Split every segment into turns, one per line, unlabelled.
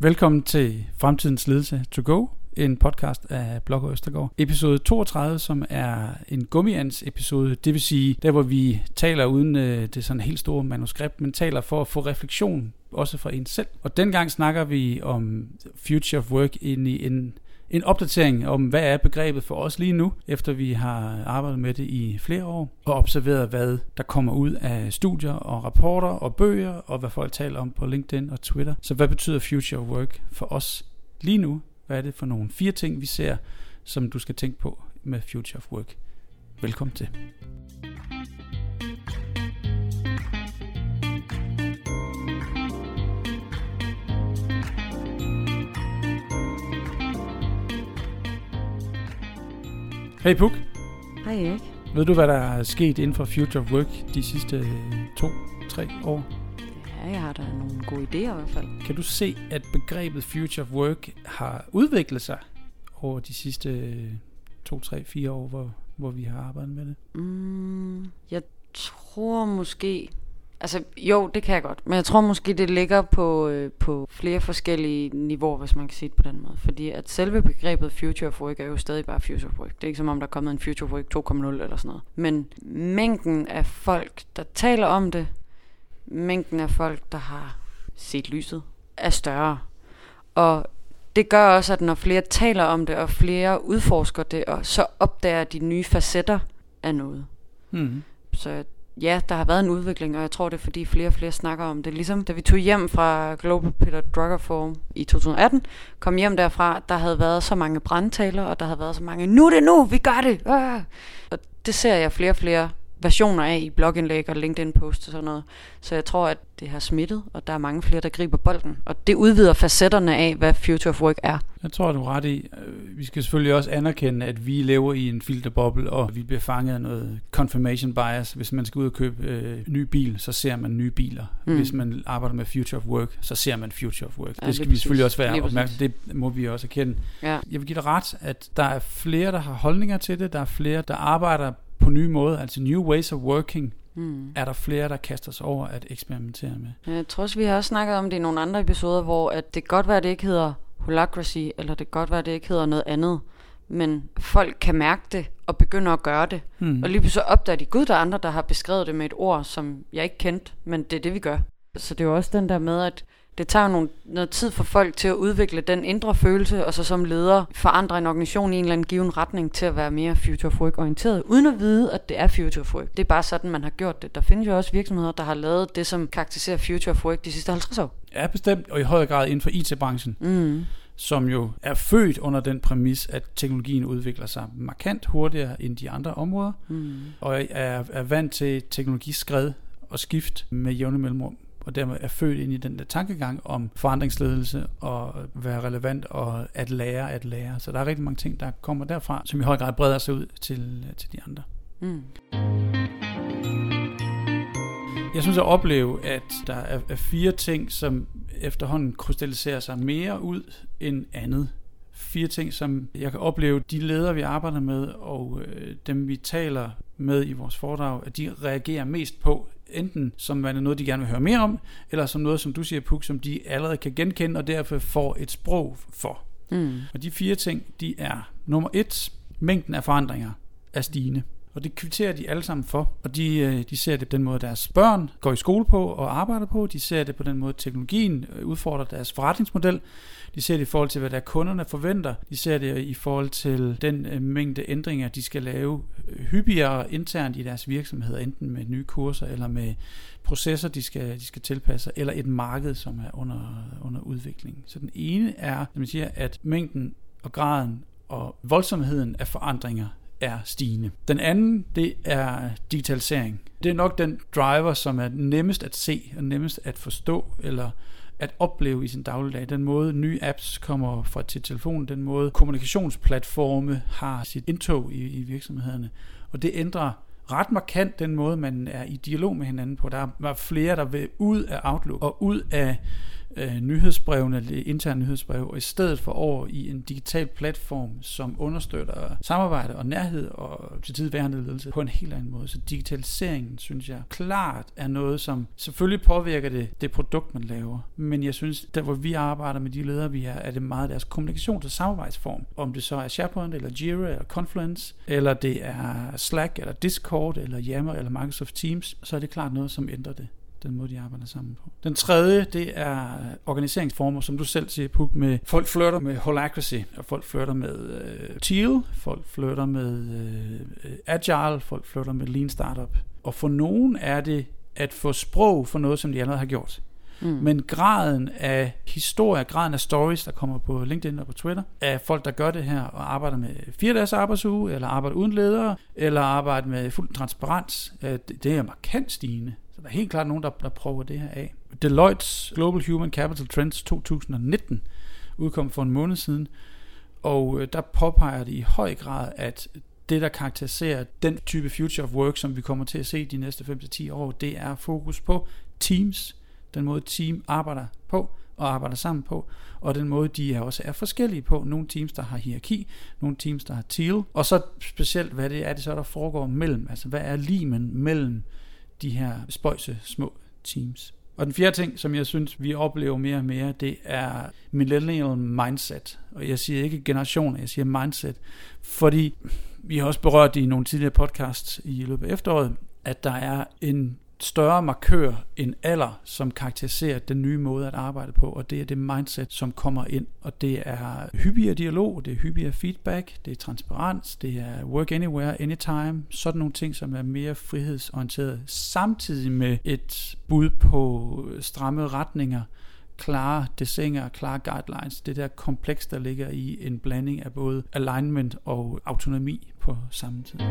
Velkommen til Fremtidens Ledelse to go, en podcast af Blok og Østergaard. Episode 32, som er en gummiands episode, det vil sige, der hvor vi taler uden det sådan helt store manuskript, men taler for at få refleksion, også fra en selv. Og dengang snakker vi om Future of Work ind i en opdatering om, hvad er begrebet for os lige nu, efter vi har arbejdet med det i flere år, og observeret, hvad der kommer ud af studier og rapporter og bøger, og hvad folk taler om på LinkedIn og Twitter. Så hvad betyder Future of Work for os lige nu? Hvad er det for nogle 4 ting, vi ser, som du skal tænke på med Future of Work? Velkommen til. Hey Puk.
Hej Erik.
Ved du, hvad der er sket inden for Future of Work de sidste 2-3 år?
Ja, jeg har da nogle gode idéer i hvert fald.
Kan du se, at begrebet Future of Work har udviklet sig over de sidste 2-3-4 år, hvor vi har arbejdet med det?
Jeg tror måske... Altså jo, det kan jeg godt. Men jeg tror måske, det ligger på flere forskellige niveauer, hvis man kan sige det på den måde. Fordi at selve begrebet Future of Work er jo stadig bare Future of Work. Det er ikke som om, der er kommet en Future of Work 2.0 eller sådan noget. Men mængden af folk, der taler om det, mængden af folk, der har set lyset, er større. Og det gør også, at når flere taler om det, og flere udforsker det, og så opdager de nye facetter af noget. Så ja, der har været en udvikling, og jeg tror, det er fordi flere og flere snakker om det. Ligesom da vi tog hjem fra Global Peter Drucker Forum i 2018, kom hjem derfra, der havde været så mange brandtaler, og der havde været så mange, nu er det nu, vi gør det! Og det ser jeg flere og flere versioner af i blogindlæg og LinkedIn-posts og sådan noget. Så jeg tror, at det har smittet, og der er mange flere, der griber bolden. Og det udvider facetterne af, hvad Future of Work er.
Jeg tror, du er ret i. Vi skal selvfølgelig også anerkende, at vi lever i en filterboble, og vi bliver fanget af noget confirmation bias. Hvis man skal ud og købe ny bil, så ser man nye biler. Hvis man arbejder med Future of Work, så ser man Future of Work. Det skal vi selvfølgelig også være opmærksom. Det må vi også erkende. Ja. Jeg vil give dig ret, at der er flere, der har holdninger til det. Der er flere, der arbejder på nye måder, altså new ways of working, er der flere, der kaster sig over at eksperimentere med.
Jeg tror også, vi har også snakket om det i nogle andre episoder, hvor at det kan godt være, at det ikke hedder holacracy, eller det kan godt være, at det ikke hedder noget andet, men folk kan mærke det og begynder at gøre det. Og lige pludselig opdager de, gud, der er andre, der har beskrevet det med et ord, som jeg ikke kendte, men det er det, vi gør. Så det er jo også den der med, at det tager noget tid for folk til at udvikle den indre følelse, og så som leder forandre en organisation i en eller anden given retning til at være mere Future of Work orienteret, uden at vide, at det er Future of Work. Det er bare sådan, man har gjort det. Der findes jo også virksomheder, der har lavet det, som karakteriserer Future of Work de sidste 50 år.
Ja, bestemt, og i høj grad inden for IT-branchen, som jo er født under den præmis, at teknologien udvikler sig markant hurtigere end de andre områder, og er vant til teknologiskred og skift med jævne mellemrum, og dermed er født ind i den der tankegang om forandringsledelse og være relevant og at lære. Så der er rigtig mange ting, der kommer derfra, som i høj grad breder sig ud til de andre. Jeg synes at opleve, at der er 4 ting, som efterhånden krystalliserer sig mere ud end andet. 4 ting, som jeg kan opleve, de ledere, vi arbejder med, og dem, vi taler med i vores foredrag, at de reagerer mest på, enten som noget, de gerne vil høre mere om, eller som noget, som du siger, Puk, som de allerede kan genkende, og derfor får et sprog for. Og de 4 ting, de er: nummer 1, mængden af forandringer er stigende. Og det kvitterer de alle sammen for, og de ser det på den måde, deres børn går i skole på og arbejder på. De ser det på den måde, teknologien udfordrer deres forretningsmodel. De ser det i forhold til, hvad der kunderne forventer. De ser det i forhold til den mængde ændringer, de skal lave hyppigere internt i deres virksomheder, enten med nye kurser eller med processer, de skal tilpasse, eller et marked, som er under udvikling. Så den ene er, som jeg siger, at mængden og graden og voldsomheden af forandringer er stigende. Den anden, det er digitalisering. Det er nok den driver, som er nemmest at se og nemmest at forstå eller at opleve i sin dagligdag. Den måde nye apps kommer fra til telefonen, den måde kommunikationsplatforme har sit indtog i virksomhederne. Og det ændrer ret markant den måde, man er i dialog med hinanden på. Der er flere, der vil ud af Outlook og ud af nyhedsbrevene, interne nyhedsbrev, og i stedet for over i en digital platform, som understøtter samarbejde og nærhed og til tidværende ledelse på en helt anden måde. Så digitaliseringen, synes jeg, klart er noget, som selvfølgelig påvirker det produkt, man laver. Men jeg synes, der hvor vi arbejder med de ledere, vi er det meget deres kommunikations- og samarbejdsform. Om det så er SharePoint, eller Jira, eller Confluence, eller det er Slack, eller Discord, eller Yammer, eller Microsoft Teams, så er det klart noget, som ændrer det. Den måde, de arbejder sammen på. Den tredje, det er organiseringsformer, som du selv siger, Puk, med folk flirter med Holacracy, og folk flirter med Teal, folk flirter med Agile, folk flirter med Lean Startup. Og for nogen er det at få sprog for noget, som de allerede har gjort. Men graden af historie, graden af stories, der kommer på LinkedIn og på Twitter, af folk, der gør det her og arbejder med 4 dages arbejdsuge, eller arbejder uden ledere, eller arbejder med fuld transparens, det er markant stigende. Så der er helt klart nogen, der prøver det her af. Deloitte's Global Human Capital Trends 2019 udkom for en måned siden, og der påpeger det i høj grad, at det, der karakteriserer den type future of work, som vi kommer til at se de næste 5-10 år, det er fokus på teams, den måde team arbejder på og arbejder sammen på, og den måde de også er forskellige på. Nogle teams, der har hierarki, nogle teams, der har teal, og så specielt, hvad det er, det så der foregår mellem, altså hvad er limen mellem de her spøjse små teams. Og den fjerde ting, som jeg synes, vi oplever mere og mere, det er millennial mindset. Og jeg siger ikke generationer, jeg siger mindset, fordi vi har også berørt i nogle tidligere podcasts i løbet af efteråret, at der er en større markør end alder, som karakteriserer den nye måde at arbejde på, og det er det mindset, som kommer ind, og det er hyppigere dialog, det er hyppigere feedback, det er transparens, det er work anywhere, anytime, sådan nogle ting, som er mere frihedsorienteret, samtidig med et bud på stramme retninger, klare desinger, klare guidelines, det der kompleks, der ligger i en blanding af både alignment og autonomi på samme tid.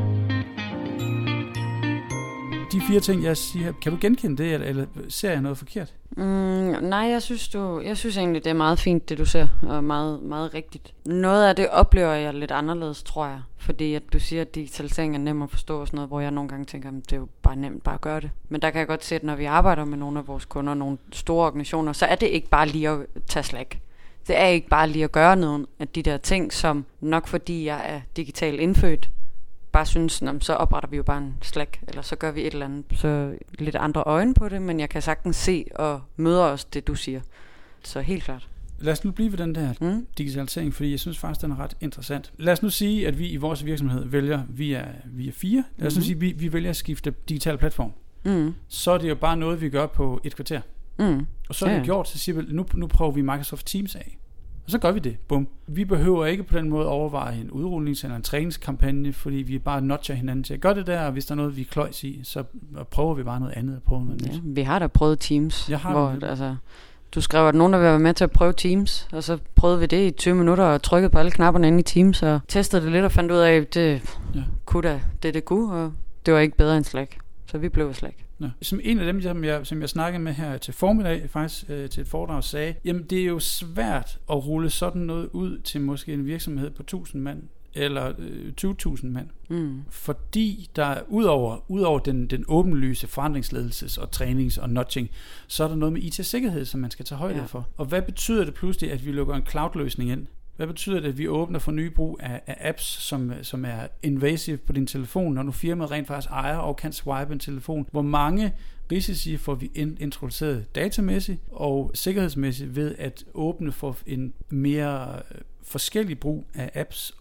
De 4 ting, jeg siger, kan du genkende det, eller ser jeg noget forkert?
Nej, jeg synes egentlig, det er meget fint, det du ser, og meget, meget rigtigt. Noget af det oplever jeg lidt anderledes, tror jeg, fordi at du siger, at digitalisering er nem at forstå og sådan noget, hvor jeg nogle gange tænker, at det er jo bare nemt bare at gøre det. Men der kan jeg godt se, at når vi arbejder med nogle af vores kunder, nogle store organisationer, så er det ikke bare lige at tage Slack. Det er ikke bare lige at gøre nogle af de der ting, som nok fordi jeg er digitalt indfødt, bare synes, så opretter vi jo bare en Slack, eller så gør vi et eller andet, så lidt andre øjne på det, men jeg kan sagtens se og møde også det, du siger. Så helt klart.
Lad os nu blive ved den der digitalisering, fordi jeg synes faktisk, den er ret interessant. Lad os nu sige, at vi i vores virksomhed vælger, vi er 4. Lad os nu sige, at vi vælger at skifte digital platform. Så er det jo bare noget, vi gør på et kvarter. Og så er det gjort, så siger vi, nu prøver vi Microsoft Teams af. Og så gør vi det. Bum. Vi behøver ikke på den måde overveje en udrullings- eller en træningskampagne, fordi vi bare notcher hinanden til at gøre det der, og hvis der er noget, vi kløjs i, så prøver vi bare noget andet at prøve noget nyt.
Vi har da prøvet Teams, du skrev, at nogen der vil være med til at prøve Teams, og så prøvede vi det i 20 minutter og trykkede på alle knapperne inde i Teams og testede det lidt og fandt ud af, at det kunne, og det var ikke bedre end Slack. Så vi blev Slack.
Ja. Som en af dem, som jeg snakkede med her til formiddag, faktisk til et foredrag, sagde, jamen det er jo svært at rulle sådan noget ud til måske en virksomhed på 1000 mand, eller 20.000 mand. Fordi der udover den åbenlyse forandringsledelses og trænings og nudging, så er der noget med IT-sikkerhed, som man skal tage højde for. Og hvad betyder det pludselig, at vi lukker en cloud-løsning ind? Hvad betyder det, at vi åbner for nye brug af apps, som er invasive på din telefon, når du firmaet rent faktisk ejer og kan swipe en telefon? Hvor mange risici får vi introduceret datamæssigt og sikkerhedsmæssigt ved at åbne for en mere forskellig brug af apps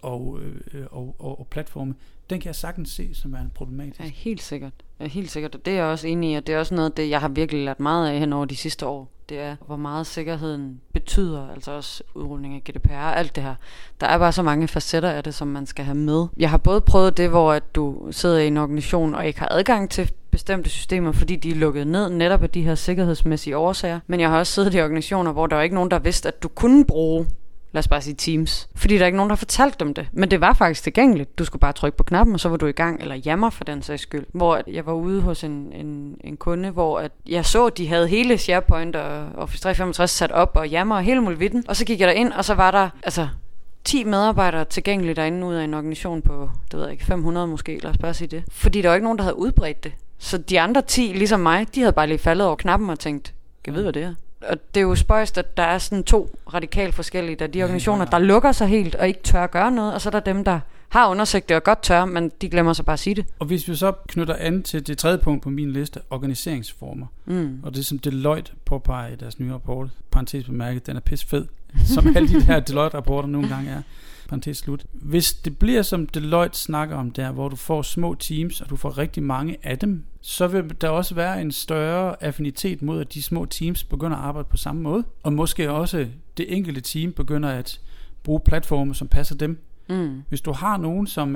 og platforme? Den kan jeg sagtens se som er en problematisk.
Ja, helt sikkert. Helt sikkert, og det er jeg også enig i, og det er også noget, det jeg har virkelig lært meget af hen over de sidste år. Det er, hvor meget sikkerheden betyder, altså også udrulning af GDPR og alt det her. Der er bare så mange facetter af det, som man skal have med. Jeg har både prøvet det, hvor at du sidder i en organisation og ikke har adgang til bestemte systemer, fordi de er lukket ned netop af de her sikkerhedsmæssige årsager. Men jeg har også siddet i organisationer, hvor der var ikke nogen, der vidste, at du kunne bruge, lad os bare sige Teams. Fordi der er ikke nogen, der har fortalt dem det. Men det var faktisk tilgængeligt. Du skulle bare trykke på knappen, og så var du i gang. Eller Yammer for den sags skyld. Hvor jeg var ude hos en kunde, hvor at jeg så, at de havde hele SharePoint og Office 365 sat op, og Yammer og hele muligheden. Og så gik jeg derind, og så var der 10 medarbejdere tilgængelige derinde ud af en organisation på, det ved jeg ikke, 500 måske, lad os bare sige det. Fordi der var ikke nogen, der havde udbredt det. Så de andre 10, ligesom mig, de havde bare lige faldet over knappen og tænkt, kan jeg vide, hvad det er? Og det er jo spøjst, at der er sådan 2 radikalt forskellige. Der er de organisationer, der lukker sig helt og ikke tør at gøre noget, og så er der dem, der har undersøgt det og godt tør, men de glemmer så bare at sige det.
Og hvis vi så knytter an til det tredje punkt på min liste, organiseringsformer, og det som Deloitte påpeger i deres nye rapport, parentes bemærket, den er pisse fed, som alle de her Deloitte-rapporter nogle gange er, parentes slut. Hvis det bliver som Deloitte snakker om der, hvor du får små teams, og du får rigtig mange af dem, så vil der også være en større affinitet mod, at de små teams begynder at arbejde på samme måde, og måske også det enkelte team begynder at bruge platforme, som passer dem. Hvis du har nogen, som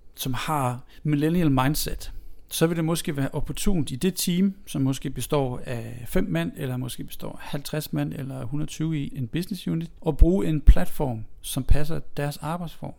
har millennial mindset, så vil det måske være opportunt i det team, som måske består af 5 mand, eller måske består af 50 mand, eller 120 i en business unit, og bruge en platform, som passer deres arbejdsform.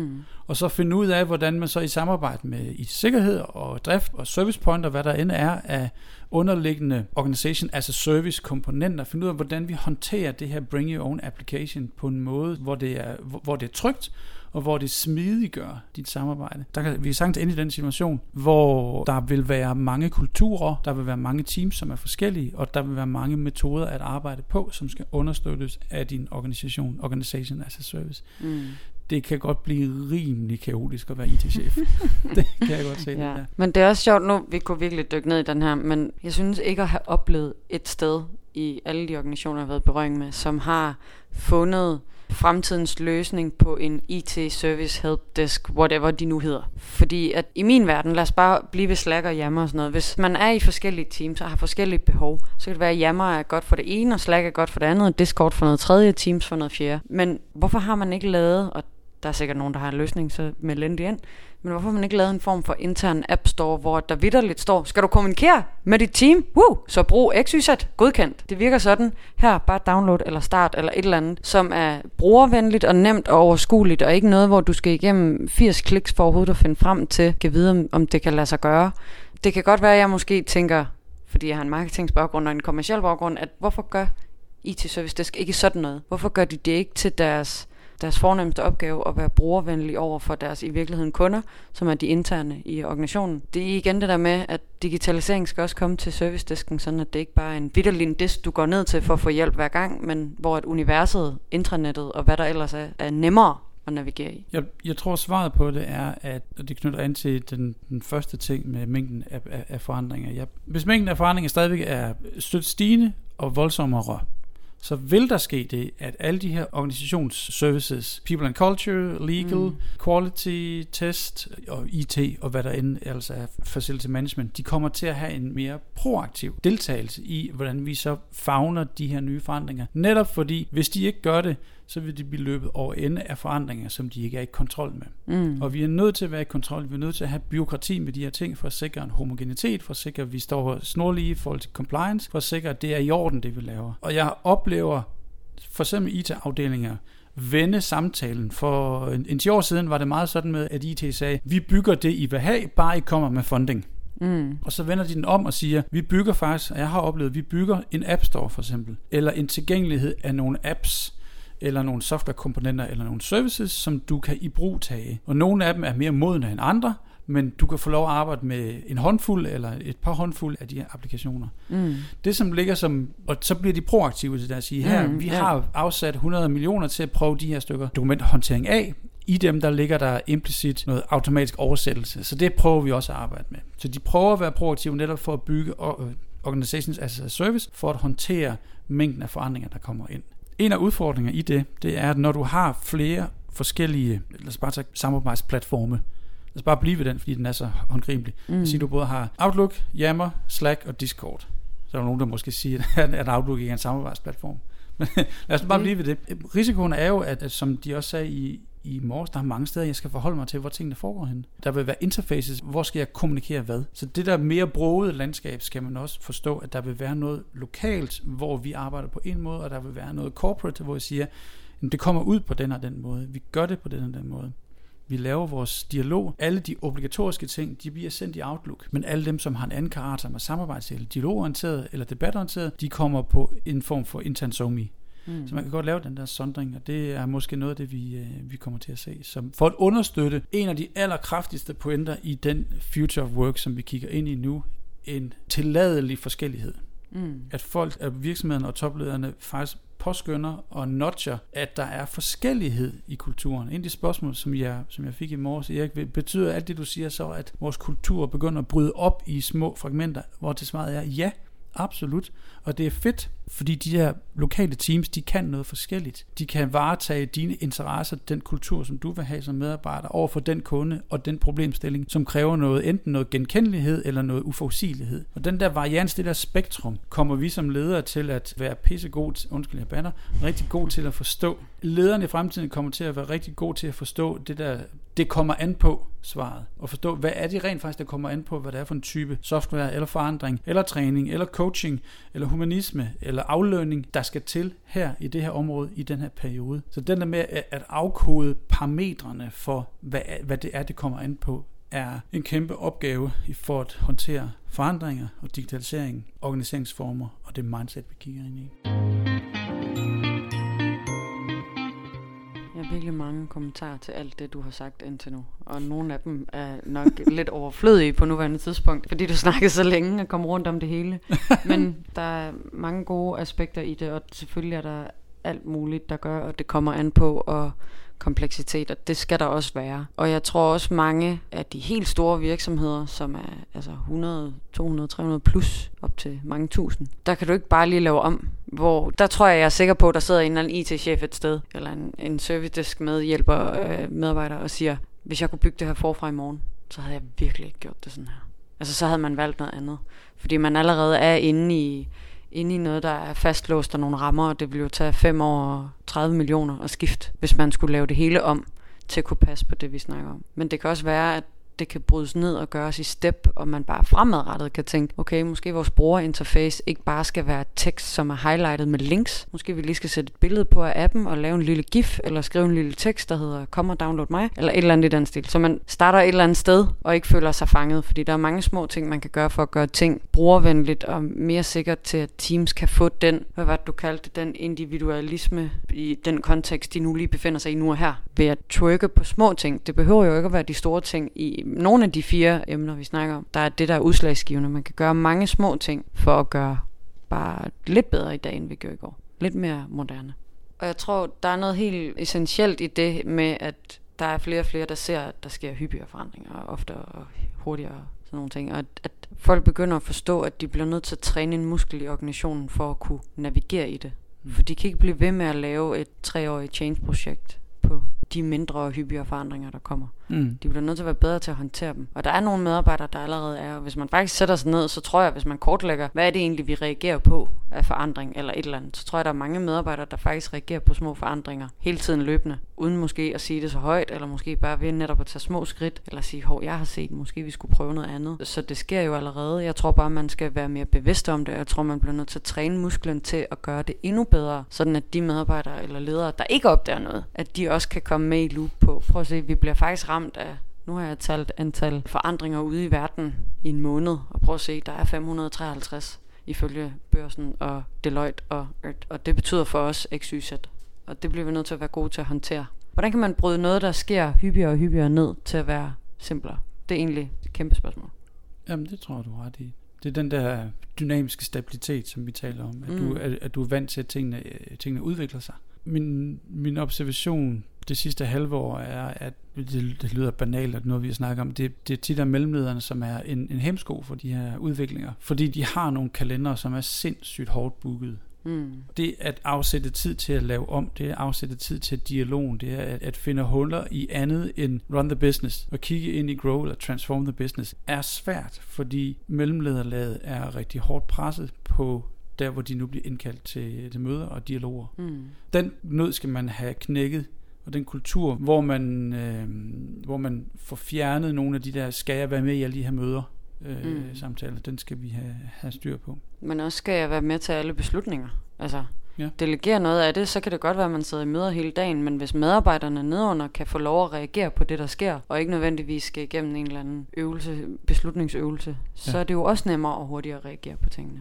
Og så finde ud af, hvordan man så i samarbejde med i sikkerhed og drift og service point og hvad der end er af underliggende organisation, altså service komponenter, finde ud af, hvordan vi håndterer det her bring your own application på en måde, hvor det er trygt, og hvor det smidiggør dit samarbejde. Vi er sagtens inde i den situation, hvor der vil være mange kulturer, der vil være mange teams, som er forskellige, og der vil være mange metoder at arbejde på, som skal understøttes af din organisation as a service. Det kan godt blive rimelig kaotisk at være IT-chef. Det kan jeg godt se.
Ja. Men det er også sjovt nu, vi kunne virkelig dykke ned i den her, men jeg synes ikke at have oplevet et sted i alle de organisationer, jeg har været i berøring med, som har fundet fremtidens løsning på en IT-service helpdesk, whatever de nu hedder. Fordi at i min verden, lad os bare blive ved Slack og Yammer og sådan noget. Hvis man er i forskellige teams og har forskellige behov, så kan det være, at Yammer er godt for det ene, og Slack er godt for det andet, og Discord for noget tredje, Teams for noget fjerde. Men hvorfor har man ikke lavet, og der er sikkert nogen, der har en løsning, så meld endelig ind, men hvorfor har man ikke lavet en form for intern app store, hvor der vitterligt står, skal du kommunikere med dit team? Så brug XYZ, godkendt. Det virker sådan, her bare download eller start eller et eller andet, som er brugervenligt og nemt og overskueligt, og ikke noget, hvor du skal igennem 80 kliks for overhovedet at finde frem til, kan vide, om det kan lade sig gøre. Det kan godt være, at jeg måske tænker, fordi jeg har en marketingsbaggrund og en kommerciel baggrund, at hvorfor gør IT-service desk ikke sådan noget? Hvorfor gør de det ikke til deres fornemmeste opgave at være brugervenlig over for deres i virkeligheden kunder, som er de interne i organisationen. Det er igen det der med, at digitalisering skal også komme til servicedesken, sådan at det ikke bare er en vitterlig disk, du går ned til for at få hjælp hver gang, men hvor at universet, intranettet og hvad der ellers er nemmere at navigere i.
Jeg tror svaret på det er, at det knytter an til den første ting med mængden af forandringer. Hvis mængden af forandringer stadigvæk er stødt stigende og voldsommere, så vil der ske det, at alle de her organisationsservices, people and culture, legal, quality, test og IT og hvad der end altså er facility management, de kommer til at have en mere proaktiv deltagelse i, hvordan vi så favner de her nye forandringer. Netop fordi, hvis de ikke gør det, så vil de blive løbet over ende af forandringer, som de ikke er i kontrol med. Og vi er nødt til at være i kontrol, vi er nødt til at have byråkrati med de her ting, for at sikre en homogenitet, for at sikre, at vi står snorlige i forhold til compliance, for at sikre, at det er i orden, det vi laver. Og jeg oplever for eksempel IT-afdelinger vende samtalen. For en 10 år siden var det meget sådan med, at IT sagde, vi bygger det, I vil have, bare I kommer med funding. Og så vender de den om og siger, vi bygger faktisk, og jeg har oplevet, vi bygger en app store for eksempel, eller en tilgængelighed af nogle apps, eller nogle softwarekomponenter, eller nogle services, som du kan i brug tage. Og nogle af dem er mere modne end andre, men du kan få lov at arbejde med en håndfuld, eller et par håndfuld af de her applikationer. Det som ligger som, og så bliver de proaktive til at sige, her, vi har afsat 100 millioner til at prøve de her stykker dokumenthåndtering af. I dem, der ligger der implicit noget automatisk oversættelse. Så det prøver vi også at arbejde med. Så de prøver at være proaktive netop for at bygge organizations as a service, for at håndtere mængden af forandringer, der kommer ind. En af udfordringerne i det er, at når du har flere forskellige, lad os bare tage samarbejdsplatforme, lad os bare blive ved den, fordi den er så håndgribelig. Så du både har Outlook, Yammer, Slack og Discord. Så er der nogen, der måske siger, at Outlook ikke er en samarbejdsplatform. Men lad os bare blive ved det. Risikoen er jo, at som de også sagde i morges, der er mange steder, jeg skal forholde mig til, hvor tingene foregår henne. Der vil være interfaces, hvor skal jeg kommunikere hvad. Så det der mere brogede landskab, skal man også forstå, at der vil være noget lokalt, hvor vi arbejder på en måde, og der vil være noget corporate, hvor jeg siger, at det kommer ud på den og den måde. Vi gør det på den og den måde. Vi laver vores dialog. Alle de obligatoriske ting, de bliver sendt i Outlook. Men alle dem, som har en anden karakter, som er samarbejds- eller dialogorienteret eller debatorienteret, de kommer på en form for intern SOMI. Så man kan godt lave den der sondring, og det er måske noget af det, vi kommer til at se. Som for at understøtte en af de allerkraftigste pointer i den future of work, som vi kigger ind i nu, en tilladelig forskellighed. At folk, at virksomhederne og toplederne faktisk påskynder og nudger, at der er forskellighed i kulturen. En af de spørgsmål, som jeg fik i morges, Erik, betyder alt det, du siger så, at vores kultur begynder at bryde op i små fragmenter, hvor det svaret er ja, absolut. Og det er fedt, fordi de her lokale teams, de kan noget forskelligt. De kan varetage dine interesser, den kultur, som du vil have som medarbejder, over for den kunde og den problemstilling, som kræver noget, enten noget genkendelighed eller noget uforudsigelighed. Og den der varians, det der spektrum, kommer vi som ledere til at være rigtig god til at forstå. Lederne i fremtiden kommer til at være rigtig god til at forstå det der, det kommer an på svaret. Og forstå, hvad er det rent faktisk, der kommer an på, hvad det er for en type software, eller forandring, eller træning, eller coaching, eller humanisme, eller aflønning, der skal til her i det her område, i den her periode. Så den der med at afkode parametrene for, hvad det er, det kommer an på, er en kæmpe opgave for at håndtere forandringer og digitalisering, organiseringsformer og det mindset, vi kigger ind i.
Jeg har virkelig mange kommentarer til alt det, du har sagt indtil nu. Og nogle af dem er nok lidt overflødige på nuværende tidspunkt, fordi du snakkede så længe og kom rundt om det hele. Men der er mange gode aspekter i det, og selvfølgelig er der alt muligt, der gør, og det kommer an på, og kompleksitet, og det skal der også være. Og jeg tror også mange af de helt store virksomheder, som er altså 100, 200, 300 plus, op til mange tusind, der kan du ikke bare lige lave om. Hvor der tror jeg er sikker på, at der sidder en eller anden IT-chef et sted, eller en servicedesk medarbejder og siger, hvis jeg kunne bygge det her forfra i morgen, så havde jeg virkelig ikke gjort det sådan her. Altså så havde man valgt noget andet. Fordi man allerede er inde i noget, der er fastlåst af nogle rammer, og det vil jo tage 5 år og 30 millioner at skifte, hvis man skulle lave det hele om til at kunne passe på det, vi snakker om. Men det kan også være, at det kan brydes ned og gøres i step, og man bare fremadrettet kan tænke, okay, måske vores brugerinterface ikke bare skal være tekst, som er highlightet med links. Måske vi lige skal sætte et billede på af appen og lave en lille gif, eller skrive en lille tekst, der hedder kom og download mig, eller et eller andet i den stil. Så man starter et eller andet sted, og ikke føler sig fanget, fordi der er mange små ting, man kan gøre for at gøre ting brugervenligt og mere sikkert til, at teams kan få den, hvad var det, du kaldte, den individualisme i den kontekst, de nu lige befinder sig i nu og her, ved at trykke på små ting. Det behøver jo ikke at være de store ting i nogle af de 4 emner, vi snakker om. Der er det, der er udslagsgivende. Man kan gøre mange små ting for at gøre bare lidt bedre i dag, end vi gjorde i går. Lidt mere moderne. Og jeg tror, der er noget helt essentielt i det med, at der er flere og flere, der ser, at der sker hyppigere forandringer, og oftere og hurtigere og sådan nogle ting. Og at folk begynder at forstå, at de bliver nødt til at træne en muskel i organisationen for at kunne navigere i det. For de kan ikke blive ved med at lave et 3-årigt change-projekt på de mindre og hyppigere forandringer, der kommer. De bliver nødt til at være bedre til at håndtere dem. Og der er nogle medarbejdere, der allerede er. Og hvis man faktisk sætter sig ned, så tror jeg, hvis man kortlægger, hvad er det egentlig, vi reagerer på af forandring eller et eller andet, så tror jeg, der er mange medarbejdere, der faktisk reagerer på små forandringer hele tiden løbende, uden måske at sige det så højt, eller måske bare ved netop at tage små skridt, eller sige, jeg har set, måske vi skulle prøve noget andet. Så det sker jo allerede. Jeg tror bare, man skal være mere bevidst om det. Jeg tror, man bliver nødt til at træne musklen til at gøre det endnu bedre, sådan at de medarbejdere eller ledere, der ikke opdager noget, at de også kan komme med i loop på. Prøv at se, vi bliver faktisk ramt af, nu har jeg talt antal forandringer ude i verden i en måned, og prøv at se, der er 553 ifølge Børsen og Deloitte og det betyder for os XYZ, og det bliver vi nødt til at være gode til at håndtere. Hvordan kan man bryde noget, der sker hyppigere og hyppigere ned til at være simplere? Det er egentlig et kæmpe spørgsmål.
Jamen det tror jeg, du har ret i. Det er den der dynamiske stabilitet, som vi taler om, at du er vant til, at tingene udvikler sig. Min observation det sidste halve år er, at det lyder banalt, at noget vi snakker om, det er tit af mellemlederne, som er en hemsko for de her udviklinger, fordi de har nogle kalendere, som er sindssygt hårdt booket. Det at afsætte tid til at lave om, det er at afsætte tid til dialogen, det er at finde huller i andet end run the business, og kigge ind i grow eller transform the business, er svært, fordi mellemlederlaget er rigtig hårdt presset på der, hvor de nu bliver indkaldt til møder og dialoger. Den nød skal man have knækket, og den kultur, hvor man får fjernet nogle af de der, skal jeg være med i alle de her møder, samtaler, den skal vi have styr på. Men
også skal jeg være med til alle beslutninger. Altså, delegere noget af det, så kan det godt være, at man sidder i møder hele dagen, men hvis medarbejderne nedenunder kan få lov at reagere på det, der sker, og ikke nødvendigvis skal igennem en eller anden beslutningsøvelse, så er det jo også nemmere og hurtigere at reagere på tingene.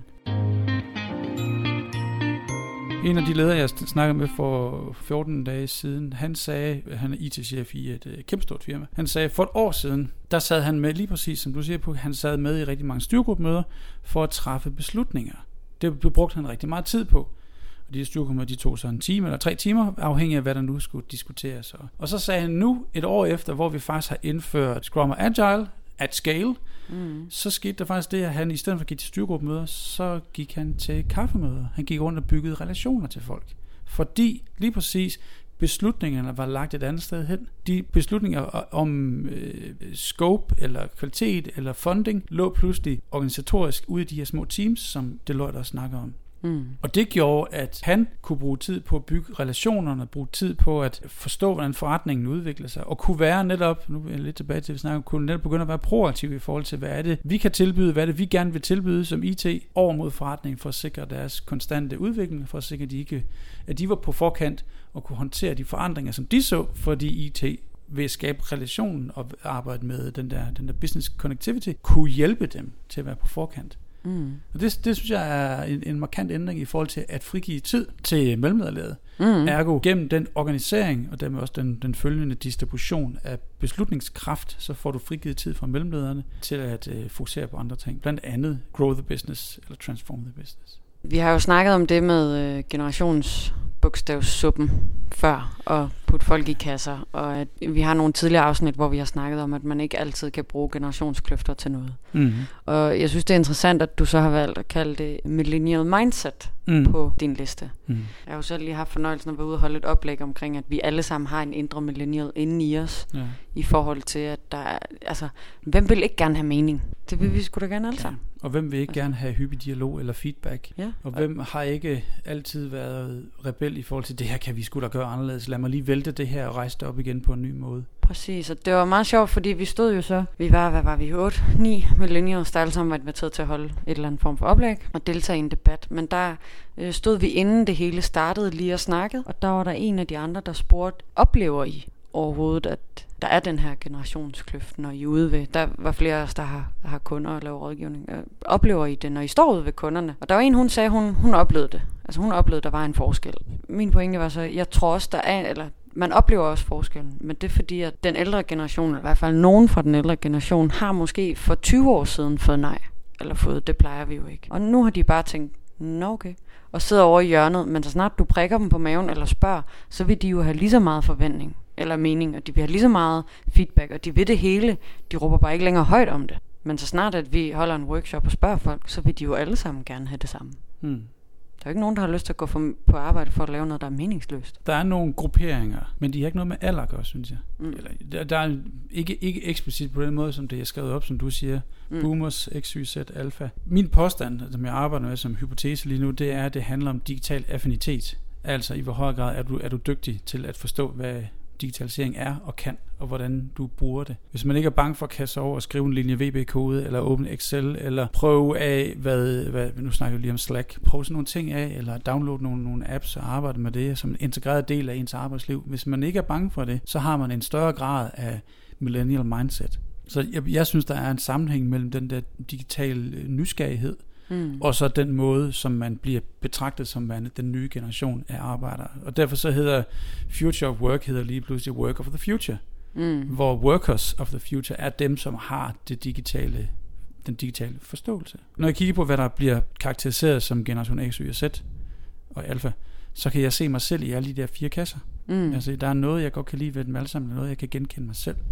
En af de ledere, jeg snakkede med for 14 dage siden, han sagde, han er IT-chef i et kæmpestort firma, han sagde, for et år siden, der sad han med, lige præcis som du siger på, han sad med i rigtig mange styregruppemøder for at træffe beslutninger. Det blev brugt han rigtig meget tid på. Og de styrgrupper, de tog så en time eller 3 timer, afhængig af hvad der nu skulle diskuteres. Og så sagde han nu, et år efter, hvor vi faktisk har indført Scrum og Agile at scale, så skete der faktisk det, at han i stedet for at give til styrgruppemøder, så gik han til kaffemøder. Han gik rundt og byggede relationer til folk. Fordi lige præcis beslutningerne var lagt et andet sted hen. De beslutninger om scope eller kvalitet eller funding lå pludselig organisatorisk ude i de her små teams, som Deloitte også snakker om. Og det gjorde, at han kunne bruge tid på at bygge relationerne, bruge tid på at forstå, hvordan forretningen udvikler sig, og kunne være netop, nu er jeg lidt tilbage til, at vi snakker, kunne netop begynde at være proaktiv i forhold til, hvad er det, vi kan tilbyde, hvad er det, vi gerne vil tilbyde som IT over mod forretningen, for at sikre deres konstante udvikling, for at sikre, at de var på forkant og kunne håndtere de forandringer, som de så, fordi IT ved at skabe relationen og arbejde med den der business connectivity, kunne hjælpe dem til at være på forkant. Og det synes jeg er en markant ændring i forhold til at frigive tid til mellemlederlaget. Ergo gennem den organisering og dermed også den følgende distribution af beslutningskraft, så får du frigivet tid fra mellemlederne til at fokusere på andre ting. Blandt andet grow the business eller transform the business.
Vi har jo snakket om det med generationsbogstavssuppen før, og putte folk i kasser, og at vi har nogle tidligere afsnit, hvor vi har snakket om, at man ikke altid kan bruge generationskløfter til noget. Og jeg synes, det er interessant, at du så har valgt at kalde det millennial mindset på din liste. Jeg har jo selv lige haft fornøjelsen at være ude og holde et oplæg omkring, at vi alle sammen har en indre millennial inden i os, i forhold til, at der er, altså, hvem vil ikke gerne have mening? Det vil vi sgu da gerne alle sammen.
Og hvem vil ikke gerne have hyppig dialog eller feedback? Og hvem har ikke altid været rebel i forhold til, det her kan vi sgu da gøre anderledes. Lad mig lige vælte det her og rejse det op igen på en ny måde.
Præcis, og det var meget sjovt, fordi vi stod jo så, vi var 8-9 millennials, der alle sammen var inviteret til at holde et eller andet form for oplæg og deltage i en debat. Men der stod vi, inden det hele startede, lige og snakkede, og der var der en af de andre, der spurgte, oplever I overhovedet, at der er den her generationskløft, når I er ude ved? Der var flere af os, der har kunder og laver rådgivning. Oplever I det, når I står ude ved kunderne? Og der var en, hun sagde, hun oplevede det. Altså hun oplevede, der var en forskel. Min pointe var så, jeg tror også, der er, eller man oplever også forskellen, men det er fordi, at den ældre generation, eller i hvert fald nogen fra den ældre generation, har måske for 20 år siden fået nej, eller fået, det plejer vi jo ikke. Og nu har de bare tænkt, nå okay, og sidder over i hjørnet, men så snart du prikker dem på maven eller spørger, så vil de jo have lige så meget forventning eller mening, og de vil have lige så meget feedback, og de vil det hele. De råber bare ikke længere højt om det. Men så snart at vi holder en workshop og spørger folk, så vil de jo alle sammen gerne have det samme. Der er ikke nogen, der har lyst til at gå på arbejde for at lave noget, der er meningsløst.
Der er nogle grupperinger, men de har ikke noget med alder at gøre, synes jeg. Eller, der er ikke eksplicit på den måde, som det er skrevet op, som du siger. Boomers, X, Y, Z, Alpha. Min påstand, som jeg arbejder med som hypotese lige nu, det er, at det handler om digital affinitet. Altså i hvor høj grad er du dygtig til at forstå, hvad digitalisering er og kan, og hvordan du bruger det. Hvis man ikke er bange for at kaste over og skrive en linje VB-kode, eller åbne Excel, eller prøve af, hvad nu snakker vi lige om Slack, prøve sådan nogle ting af, eller downloade nogle apps og arbejde med det som en integreret del af ens arbejdsliv. Hvis man ikke er bange for det, så har man en større grad af millennial mindset. Så jeg synes, der er en sammenhæng mellem den der digitale nysgerrighed, og så den måde, som man bliver betragtet som den nye generation af arbejdere. Og derfor så hedder Future of Work lige pludselig Work of the Future. Hvor Workers of the Future er dem, som har den digitale forståelse. Når jeg kigger på, hvad der bliver karakteriseret som generation X, Y og Z og Alpha, så kan jeg se mig selv i alle de der 4 kasser. Altså, der er noget, jeg godt kan lide ved dem alle sammen, og noget, jeg kan genkende mig selv.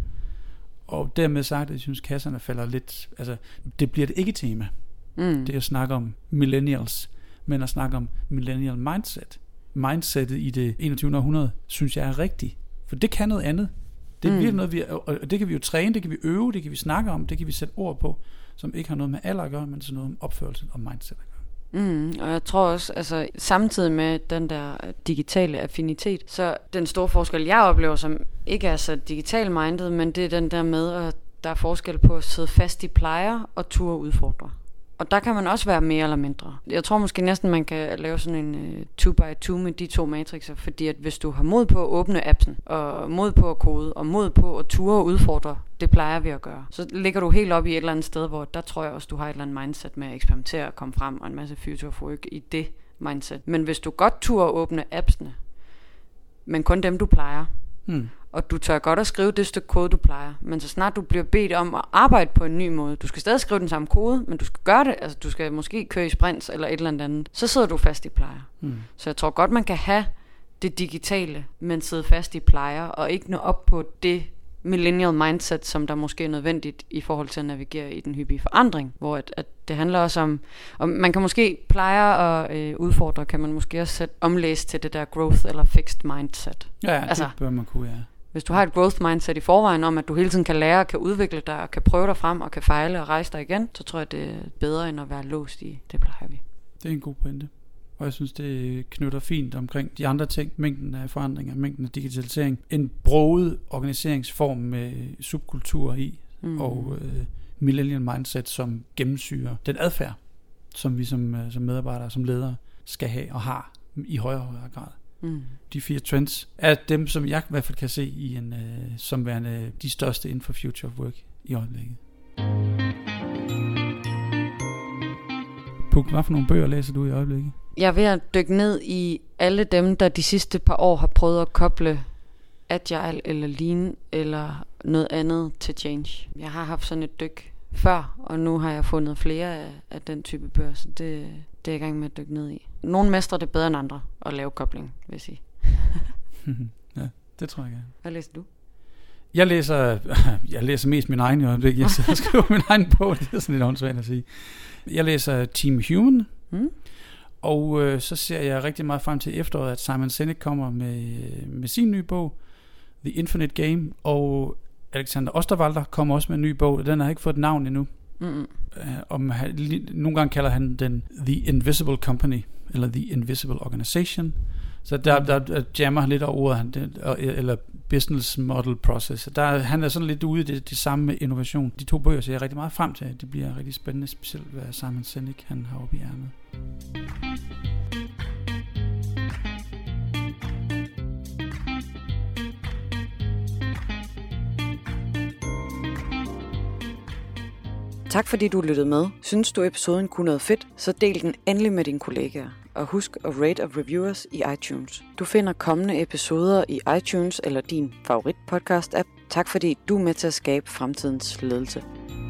Og dermed sagt, at jeg synes, kasserne falder lidt... Altså, det bliver et ikke-tema. Det er at snakke om millennials, men at snakke om millennial mindset. Mindsetet i det 21. århundrede, synes jeg er rigtigt. For det kan noget andet. Det er virkelig noget, og det kan vi jo træne, det kan vi øve, det kan vi snakke om, det kan vi sætte ord på, som ikke har noget med alder at gøre, men sådan noget om opførelse og mindset at gøre.
Og jeg tror også, altså samtidig med den der digitale affinitet, så den store forskel, jeg oplever, som ikke er så digital-minded, men det er den der med, at der er forskel på at sidde fast i plejer og turde udfordre. Og der kan man også være mere eller mindre. Jeg tror måske næsten, man kan lave sådan en 2x2 med de 2 matrixer, fordi at hvis du har mod på at åbne appsen, og mod på at kode, og mod på at ture udfordre, det plejer vi at gøre. Så ligger du helt op i et eller andet sted, hvor der tror jeg også, du har et eller andet mindset med at eksperimentere og komme frem, og en masse future of work i det mindset. Men hvis du godt turer åbne appsene, men kun dem du plejer, og du tør godt at skrive det stykke kode, du plejer. Men så snart du bliver bedt om at arbejde på en ny måde, du skal stadig skrive den samme kode, men du skal gøre det, altså du skal måske køre i sprints eller et eller andet, så sidder du fast i plejer. Så jeg tror godt, man kan have det digitale, men sidde fast i plejer, og ikke nå op på det millennial mindset, som der måske er nødvendigt i forhold til at navigere i den hyppige forandring, hvor at det handler også om man kan måske plejer og udfordre, kan man måske også omlæse til det der growth eller fixed mindset.
Ja, altså, det bør man kunne, ja.
Hvis du har et growth mindset i forvejen om, at du hele tiden kan lære, kan udvikle dig, og kan prøve dig frem, og kan fejle og rejse dig igen, så tror jeg, det er bedre end at være låst i, det plejer vi.
Det er en god pointe. Og jeg synes, det knytter fint omkring de andre ting, mængden af forandringer, mængden af digitalisering. En broget organiseringsform med subkultur i, og millennial mindset, som gennemsyrer den adfærd, som vi som medarbejdere, som ledere, skal have og har i højere og højere grad. De 4 trends er dem, som jeg i hvert fald kan se i som værende de største inden for future of work i øjeblikket. Puk, hvad for nogle bøger læser du i øjeblikket?
Jeg er ved at dykke ned i alle dem, der de sidste par år har prøvet at koble agile eller lean eller noget andet til change. Jeg har haft sådan et dyk før, og nu har jeg fundet flere af den type bøger, så det er jeg i gang med at dykke ned i. Nogle mestrer det bedre end andre at lave kobling, vil jeg sige.
Ja, det tror jeg gerne.
Hvad læser du?
Jeg læser mest min egen i øjeblikket. Jeg sidder og skriver min egen bog, det er sådan lidt åndssvagt at sige. Jeg læser Team Human, og så ser jeg rigtig meget frem til efteråret, at Simon Sinek kommer med sin nye bog, The Infinite Game, og Alexander Osterwalder kommer også med en ny bog. Den har ikke fået et navn endnu. Nogle gange kalder han den The Invisible Company, eller The Invisible Organization. Så der jammer han lidt over ordet, eller Business Model Process. Han er sådan lidt ude i det samme med innovation. De 2 bøger ser jeg rigtig meget frem til. Det bliver rigtig spændende, specielt hvad Simon Sinek han har oppe i ærmet.
Tak fordi du lyttede med. Synes du episoden kunne noget fedt, så del den endelig med dine kollegaer. Og husk at rate og review os i iTunes. Du finder kommende episoder i iTunes eller din favorit podcast app. Tak fordi du er med til at skabe fremtidens ledelse.